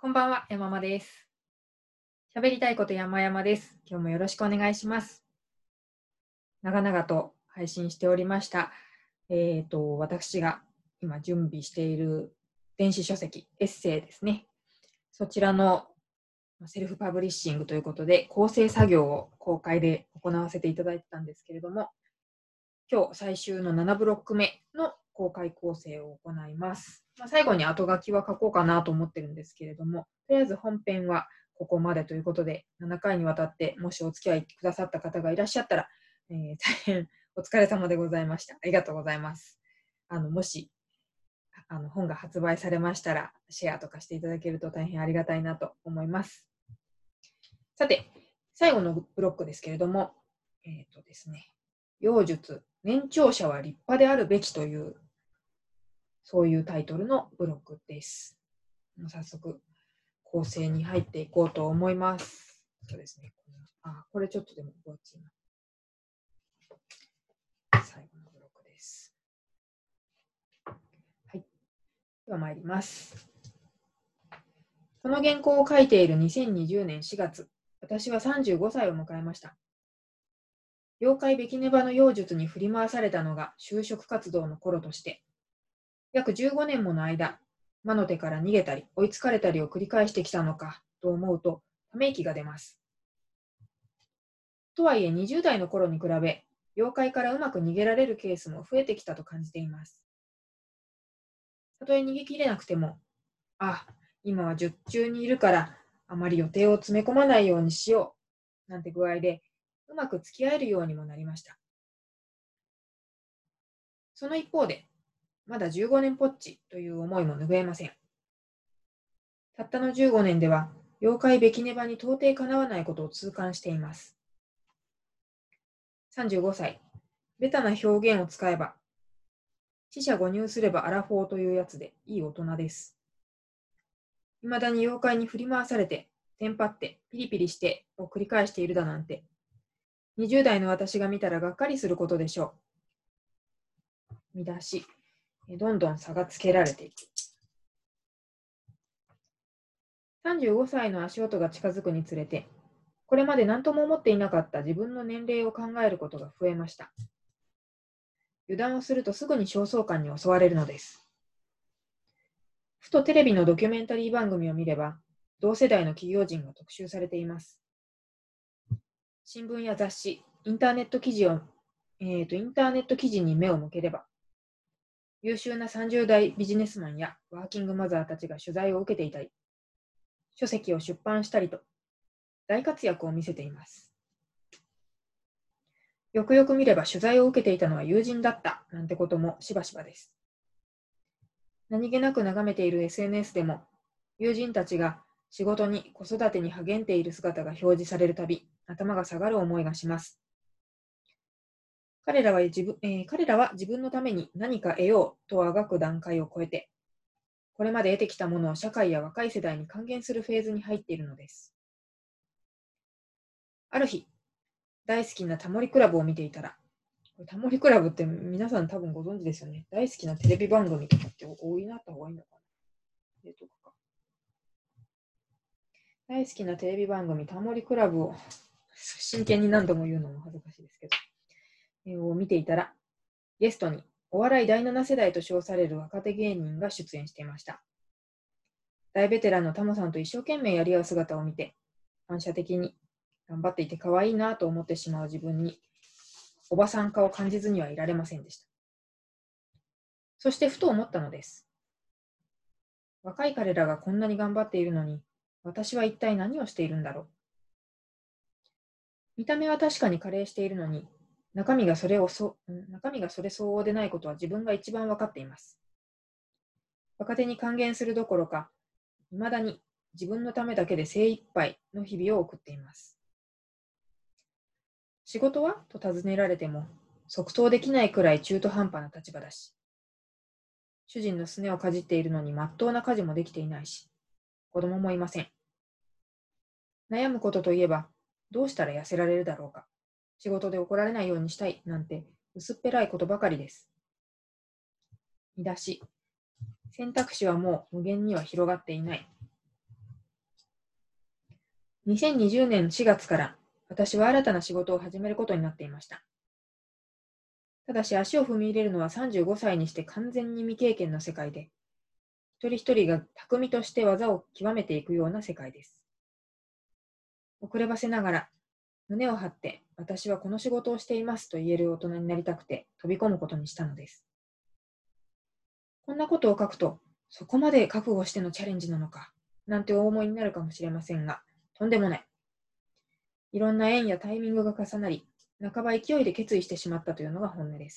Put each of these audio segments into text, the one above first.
こんばんは、山間です。喋りたいこと山々です。今日もよろしくお願いします。長々と配信しておりました。私が今準備している電子書籍、エッセイですね。そちらのセルフパブリッシングということで、構成作業を公開で行わせていただいてたんですけれども、今日最終の7ブロック目の公開構成を行います。最後に後書きは書こうかなと思ってるんですけれども、とりあえず本編はここまでということで、7回にわたってもしお付き合いくださった方がいらっしゃったら、大変お疲れ様でございました。ありがとうございます。もし本が発売されましたら、シェアとかしていただけると大変ありがたいなと思います。さて、最後のブロックですけれども、ですね、妖術、年長者は立派であるべきという、そういうタイトルのブロックです。早速、構成に入っていこうと思います。そうですね。これちょっとでも分厚いな。最後のブロックです。はい。では参ります。この原稿を書いている2020年4月、私は35歳を迎えました。妖怪ベキネバの妖術に振り回されたのが就職活動の頃として、約15年もの間、魔の手から逃げたり追いつかれたりを繰り返してきたのかと思うと、ため息が出ます。とはいえ20代の頃に比べ、妖怪からうまく逃げられるケースも増えてきたと感じています。たとえ逃げきれなくても、今は術中にいるから、あまり予定を詰め込まないようにしよう、なんて具合で、うまく付き合えるようにもなりました。その一方で、まだ15年ぽっちという思いも拭えません。たったの15年では、妖怪ベキネバに到底かなわないことを痛感しています。35歳、ベタな表現を使えば、四捨五入すればアラフォーというやつでいい大人です。未だに妖怪に振り回されて、テンパって、ピリピリしてを繰り返しているだなんて、20代の私が見たらがっかりすることでしょう。見出し、どんどん差がつけられていく。35歳の足音が近づくにつれて、これまで何とも思っていなかった自分の年齢を考えることが増えました。油断をするとすぐに焦燥感に襲われるのです。ふとテレビのドキュメンタリー番組を見れば、同世代の企業人が特集されています。新聞や雑誌、インターネット記事に目を向ければ、優秀な30代ビジネスマンやワーキングマザーたちが取材を受けていたり、書籍を出版したりと、大活躍を見せています。よくよく見れば取材を受けていたのは友人だったなんてこともしばしばです。何気なく眺めている SNS でも、友人たちが仕事に子育てに励んでいる姿が表示されるたび、頭が下がる思いがします。彼らは自分のために何か得ようとあがく段階を超えて、これまで得てきたものを社会や若い世代に還元するフェーズに入っているのです。ある日、大好きなタモリクラブを見ていたら、タモリクラブって皆さん多分ご存知ですよね。大好きなテレビ番組とかって多いなった方がいいのかな。大好きなテレビ番組タモリクラブを真剣に何度も言うのも恥ずかしいですけど、を見ていたら、ゲストにお笑い第7世代と称される若手芸人が出演していました。大ベテランのタモさんと一生懸命やり合う姿を見て、反射的に頑張っていて可愛いなと思ってしまう自分に、おばさん化を感じずにはいられませんでした。そしてふと思ったのです。若い彼らがこんなに頑張っているのに、私は一体何をしているんだろう。見た目は確かに加齢しているのに、中身がそれ相応でないことは自分が一番わかっています。若手に還元するどころか、未だに自分のためだけで精一杯の日々を送っています。仕事はと尋ねられても、即答できないくらい中途半端な立場だし、主人のすねをかじっているのに真っ当な家事もできていないし、子供もいません。悩むことといえば、どうしたら痩せられるだろうか。仕事で怒られないようにしたいなんて薄っぺらいことばかりです。見出し。選択肢はもう無限には広がっていない。 2020年4月から私は新たな仕事を始めることになっていました。ただし足を踏み入れるのは35歳にして完全に未経験の世界で、一人一人が匠として技を極めていくような世界です。遅ればせながら、胸を張って私はこの仕事をしていますと言える大人になりたくて飛び込むことにしたのです。こんなことを書くと、そこまで覚悟してのチャレンジなのか、なんてお思いになるかもしれませんが、とんでもない。いろんな縁やタイミングが重なり、半ば勢いで決意してしまったというのが本音です。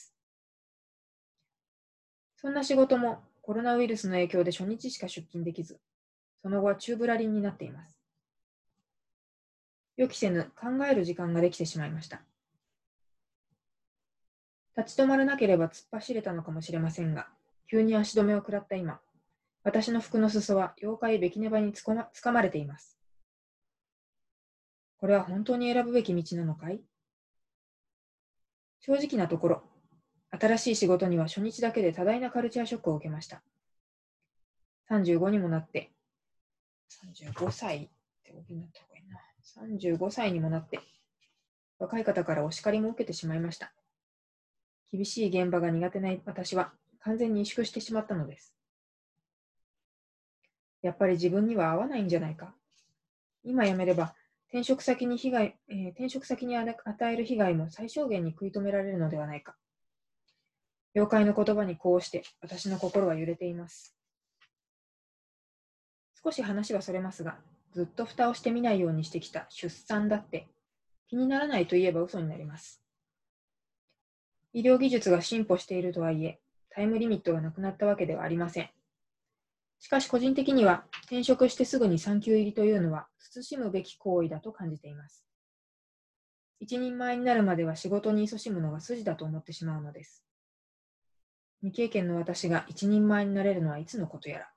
そんな仕事もコロナウイルスの影響で初日しか出勤できず、その後は宙ぶらりんになっています。予期せぬ考える時間ができてしまいました。立ち止まらなければ突っ走れたのかもしれませんが、急に足止めを食らった今、私の服の裾は妖怪ベキネバにつかまれています。これは本当に選ぶべき道なのかい？正直なところ、新しい仕事には初日だけで多大なカルチャーショックを受けました。35にもなって、35歳って大きになった方がいいな。35歳にもなって、若い方からお叱りも受けてしまいました。厳しい現場が苦手な私は完全に萎縮してしまったのです。やっぱり自分には合わないんじゃないか。今辞めれば転職先に与える被害も最小限に食い止められるのではないか。妖怪の言葉にこうして私の心は揺れています。少し話はそれますが、ずっと蓋をしてみないようにしてきた出産だって気にならないと言えば嘘になります。医療技術が進歩しているとはいえ、タイムリミットがなくなったわけではありません。しかし個人的には転職してすぐに産休入りというのは慎むべき行為だと感じています。一人前になるまでは仕事に勤しむのが筋だと思ってしまうのです。未経験の私が一人前になれるのはいつのことやら。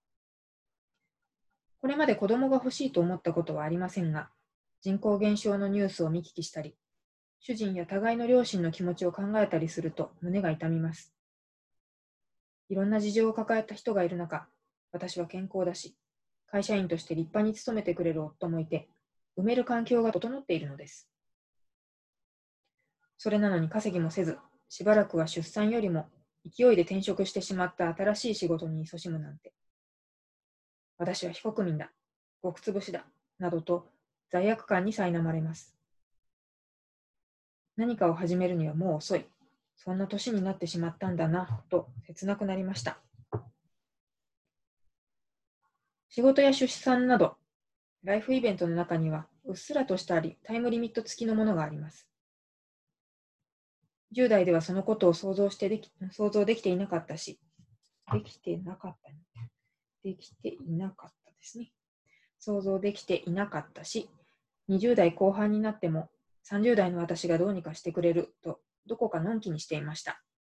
これまで子供が欲しいと思ったことはありませんが、人口減少のニュースを見聞きしたり、主人や互いの両親の気持ちを考えたりすると胸が痛みます。いろんな事情を抱えた人がいる中、私は健康だし、会社員として立派に勤めてくれる夫もいて、埋める環境が整っているのです。それなのに稼ぎもせず、しばらくは出産よりも勢いで転職してしまった新しい仕事に勤しむなんて。私は非国民だ、極つぶしだ、などと罪悪感に苛まれます。何かを始めるにはもう遅い。そんな年になってしまったんだな、と切なくなりました。仕事や出産など、ライフイベントの中には、うっすらとしたタイムリミット付きのものがあります。10代ではそのことを想像できていなかったし、できていなかったですね。想像できていなかったし、20代後半になっても30代の私がどうにかしてくれるとどこかのんきにしていました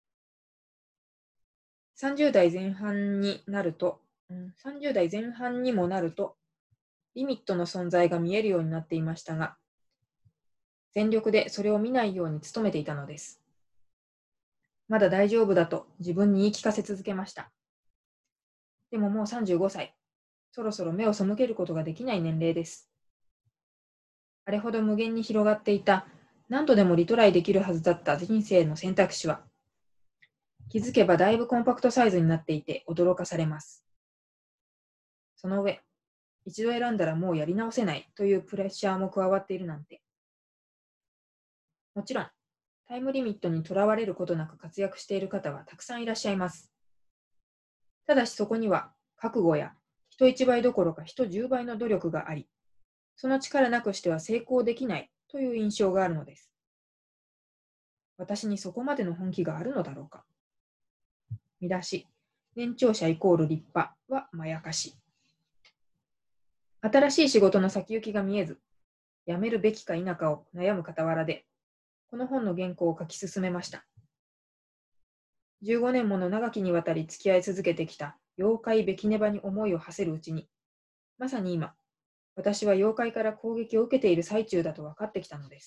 。30代前半になると、30代前半にもなると、リミットの存在が見えるようになっていましたが、全力でそれを見ないように努めていたのです。まだ大丈夫だと自分に言い聞かせ続けました。でももう35歳、そろそろ目を背けることができない年齢です。あれほど無限に広がっていた、何度でもリトライできるはずだった人生の選択肢は、気づけばだいぶコンパクトサイズになっていて驚かされます。その上、一度選んだらもうやり直せないというプレッシャーも加わっているなんて。もちろん、タイムリミットにとらわれることなく活躍している方はたくさんいらっしゃいます。ただしそこには、覚悟や人一倍どころか人10倍の努力があり、その力なくしては成功できないという印象があるのです。私にそこまでの本気があるのだろうか。見出し、年長者イコール立派はまやかし。新しい仕事の先行きが見えず、辞めるべきか否かを悩む傍らで、この本の原稿を書き進めました。15年もの長きにわたり付き合い続けてきた妖怪ベキネバに思いを馳せるうちに、まさに今、私は妖怪から攻撃を受けている最中だと分かってきたのです。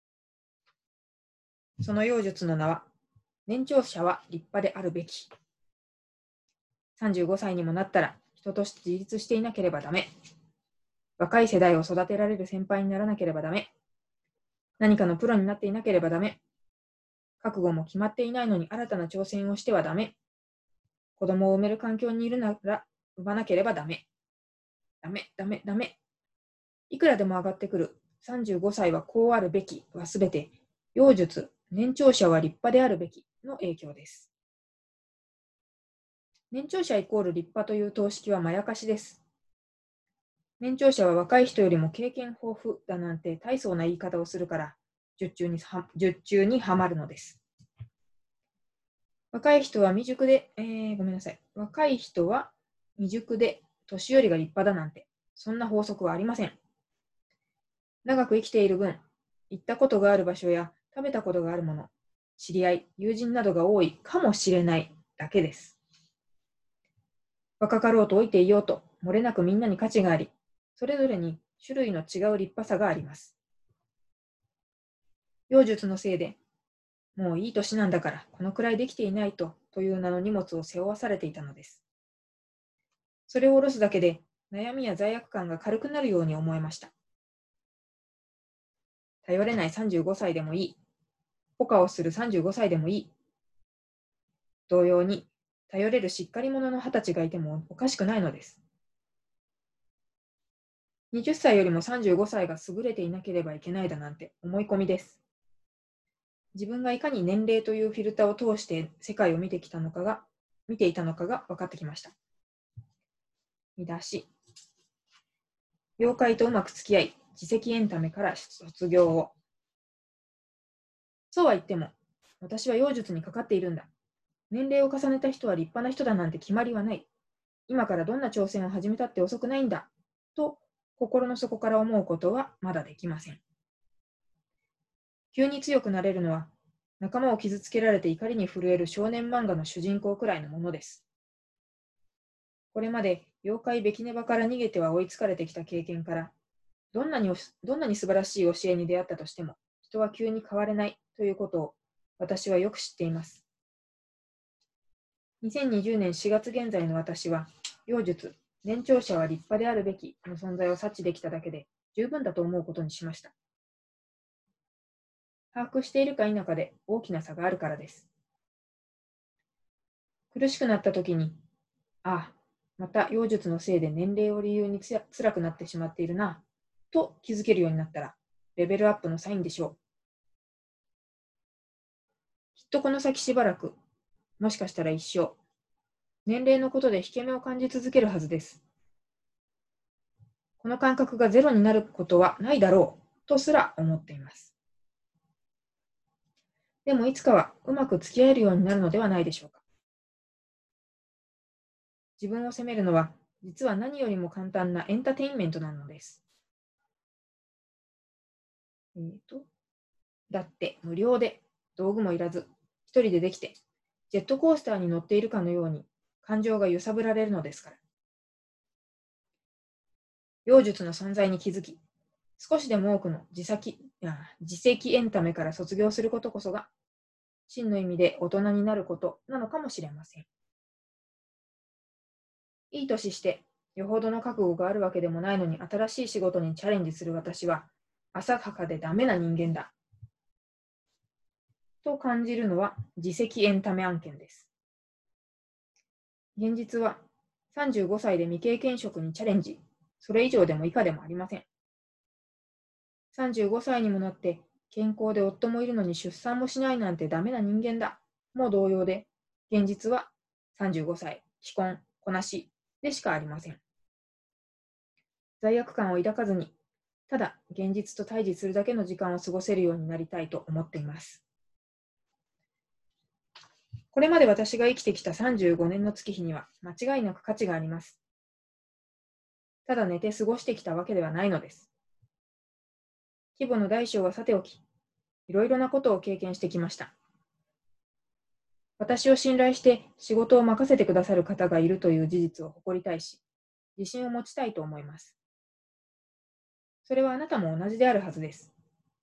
その妖術の名は、年長者は立派であるべき。35歳にもなったら人として自立していなければダメ。 若い世代を育てられる先輩にならなければダメ。何かのプロになっていなければダメ。覚悟も決まっていないのに新たな挑戦をしてはダメ。子供を産める環境にいるなら産まなければダメ。ダメ、ダメ、ダメ。いくらでも上がってくる35歳はこうあるべきはすべて、妖術、年長者は立派であるべきの影響です。年長者イコール立派という等式はまやかしです。年長者は若い人よりも経験豊富だなんて大層な言い方をするから術中にはまるのです。若い人は未熟で、若い人は未熟で年寄りが立派だなんて、そんな法則はありません。長く生きている分、行ったことがある場所や食べたことがあるもの、知り合い、友人などが多いかもしれないだけです。若かろうと老いていようと、漏れなくみんなに価値があり、それぞれに種類の違う立派さがあります。妖術のせいで、もういい年なんだからこのくらいできていないという名の荷物を背負わされていたのです。それを下ろすだけで悩みや罪悪感が軽くなるように思えました。頼れない35歳でもいい。ポカをする35歳でもいい。同様に、頼れるしっかり者の20歳がいてもおかしくないのです。20歳よりも35歳が優れていなければいけないだなんて思い込みです。自分がいかに年齢というフィルターを通して世界を見ていたのかが分かってきました。見出し。妖怪とうまく付き合い、自責エンタメから卒業を。そうは言っても、私は妖術にかかっているんだ。年齢を重ねた人は立派な人だなんて決まりはない。今からどんな挑戦を始めたって遅くないんだ。と、心の底から思うことはまだできません。急に強くなれるのは、仲間を傷つけられて怒りに震える少年漫画の主人公くらいのものです。これまで妖怪ベキネバから逃げては追いつかれてきた経験から、どんなに素晴らしい教えに出会ったとしても、人は急に変われないということを私はよく知っています。2020年4月現在の私は、妖術、年長者は立派であるべきの存在を察知できただけで十分だと思うことにしました。把握しているか否かで大きな差があるからです。苦しくなった時に、ああ、また妖術のせいで年齢を理由に辛くなってしまっているな、と気づけるようになったら、レベルアップのサインでしょう。きっとこの先しばらく、もしかしたら一生、年齢のことで引け目を感じ続けるはずです。この感覚がゼロになることはないだろう、とすら思っています。でもいつかはうまく付き合えるようになるのではないでしょうか。自分を責めるのは、実は何よりも簡単なエンターテインメントなのです。だって無料で、道具もいらず、一人でできて、ジェットコースターに乗っているかのように、感情が揺さぶられるのですから。妖術の存在に気づき、少しでも多くの自責エンタメから卒業することこそが、真の意味で大人になることなのかもしれません。いい年して、よほどの覚悟があるわけでもないのに新しい仕事にチャレンジする私は、浅はかでダメな人間だ。と感じるのは自責エンタメ案件です。現実は35歳で未経験職にチャレンジ、それ以上でも以下でもありません。35歳にもなって健康で夫もいるのに出産もしないなんてダメな人間だ。も同様で、現実は35歳、既婚、こなしでしかありません。罪悪感を抱かずに、ただ現実と対峙するだけの時間を過ごせるようになりたいと思っています。これまで私が生きてきた35年の月日には間違いなく価値があります。ただ寝て過ごしてきたわけではないのです。規模の大小はさておき、いろいろなことを経験してきました。私を信頼して仕事を任せてくださる方がいるという事実を誇りたいし、自信を持ちたいと思います。それはあなたも同じであるはずです。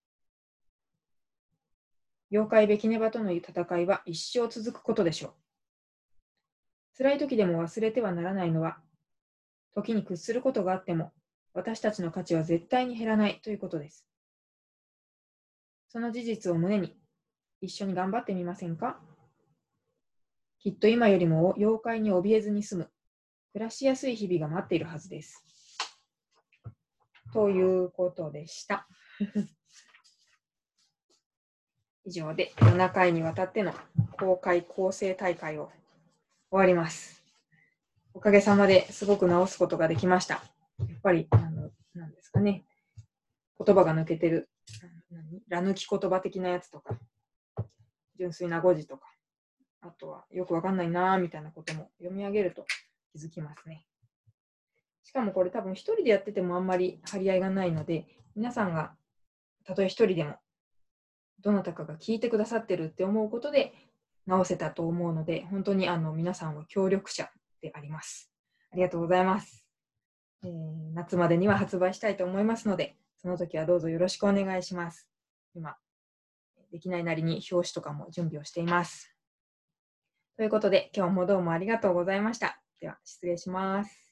妖怪ベキネバとの戦いは一生続くことでしょう。辛い時でも忘れてはならないのは、時に屈することがあっても、 私たちの価値は絶対に減らないということです。その事実を胸に一緒に頑張ってみませんか？きっと今よりも妖怪に怯えずに済む、暮らしやすい日々が待っているはずです。ということでした。以上で7回にわたっての公開構成大会を終わります。おかげさまですごく直すことができました。やっぱり、なんですかね、言葉が抜けてる、ら抜き言葉的なやつとか、純粋な語字とか、あとはよくわかんないなーみたいなことも読み上げると気づきますね。しかもこれ多分一人でやっててもあんまり張り合いがないので、皆さんがたとえ一人でもどなたかが聞いてくださってるって思うことで直せたと思うので、本当に皆さんは協力者であります。ありがとうございます。夏までには発売したいと思いますので、その時はどうぞよろしくお願いします。今、できないなりに表紙とかも準備をしています。ということで、今日もどうもありがとうございました。では、失礼します。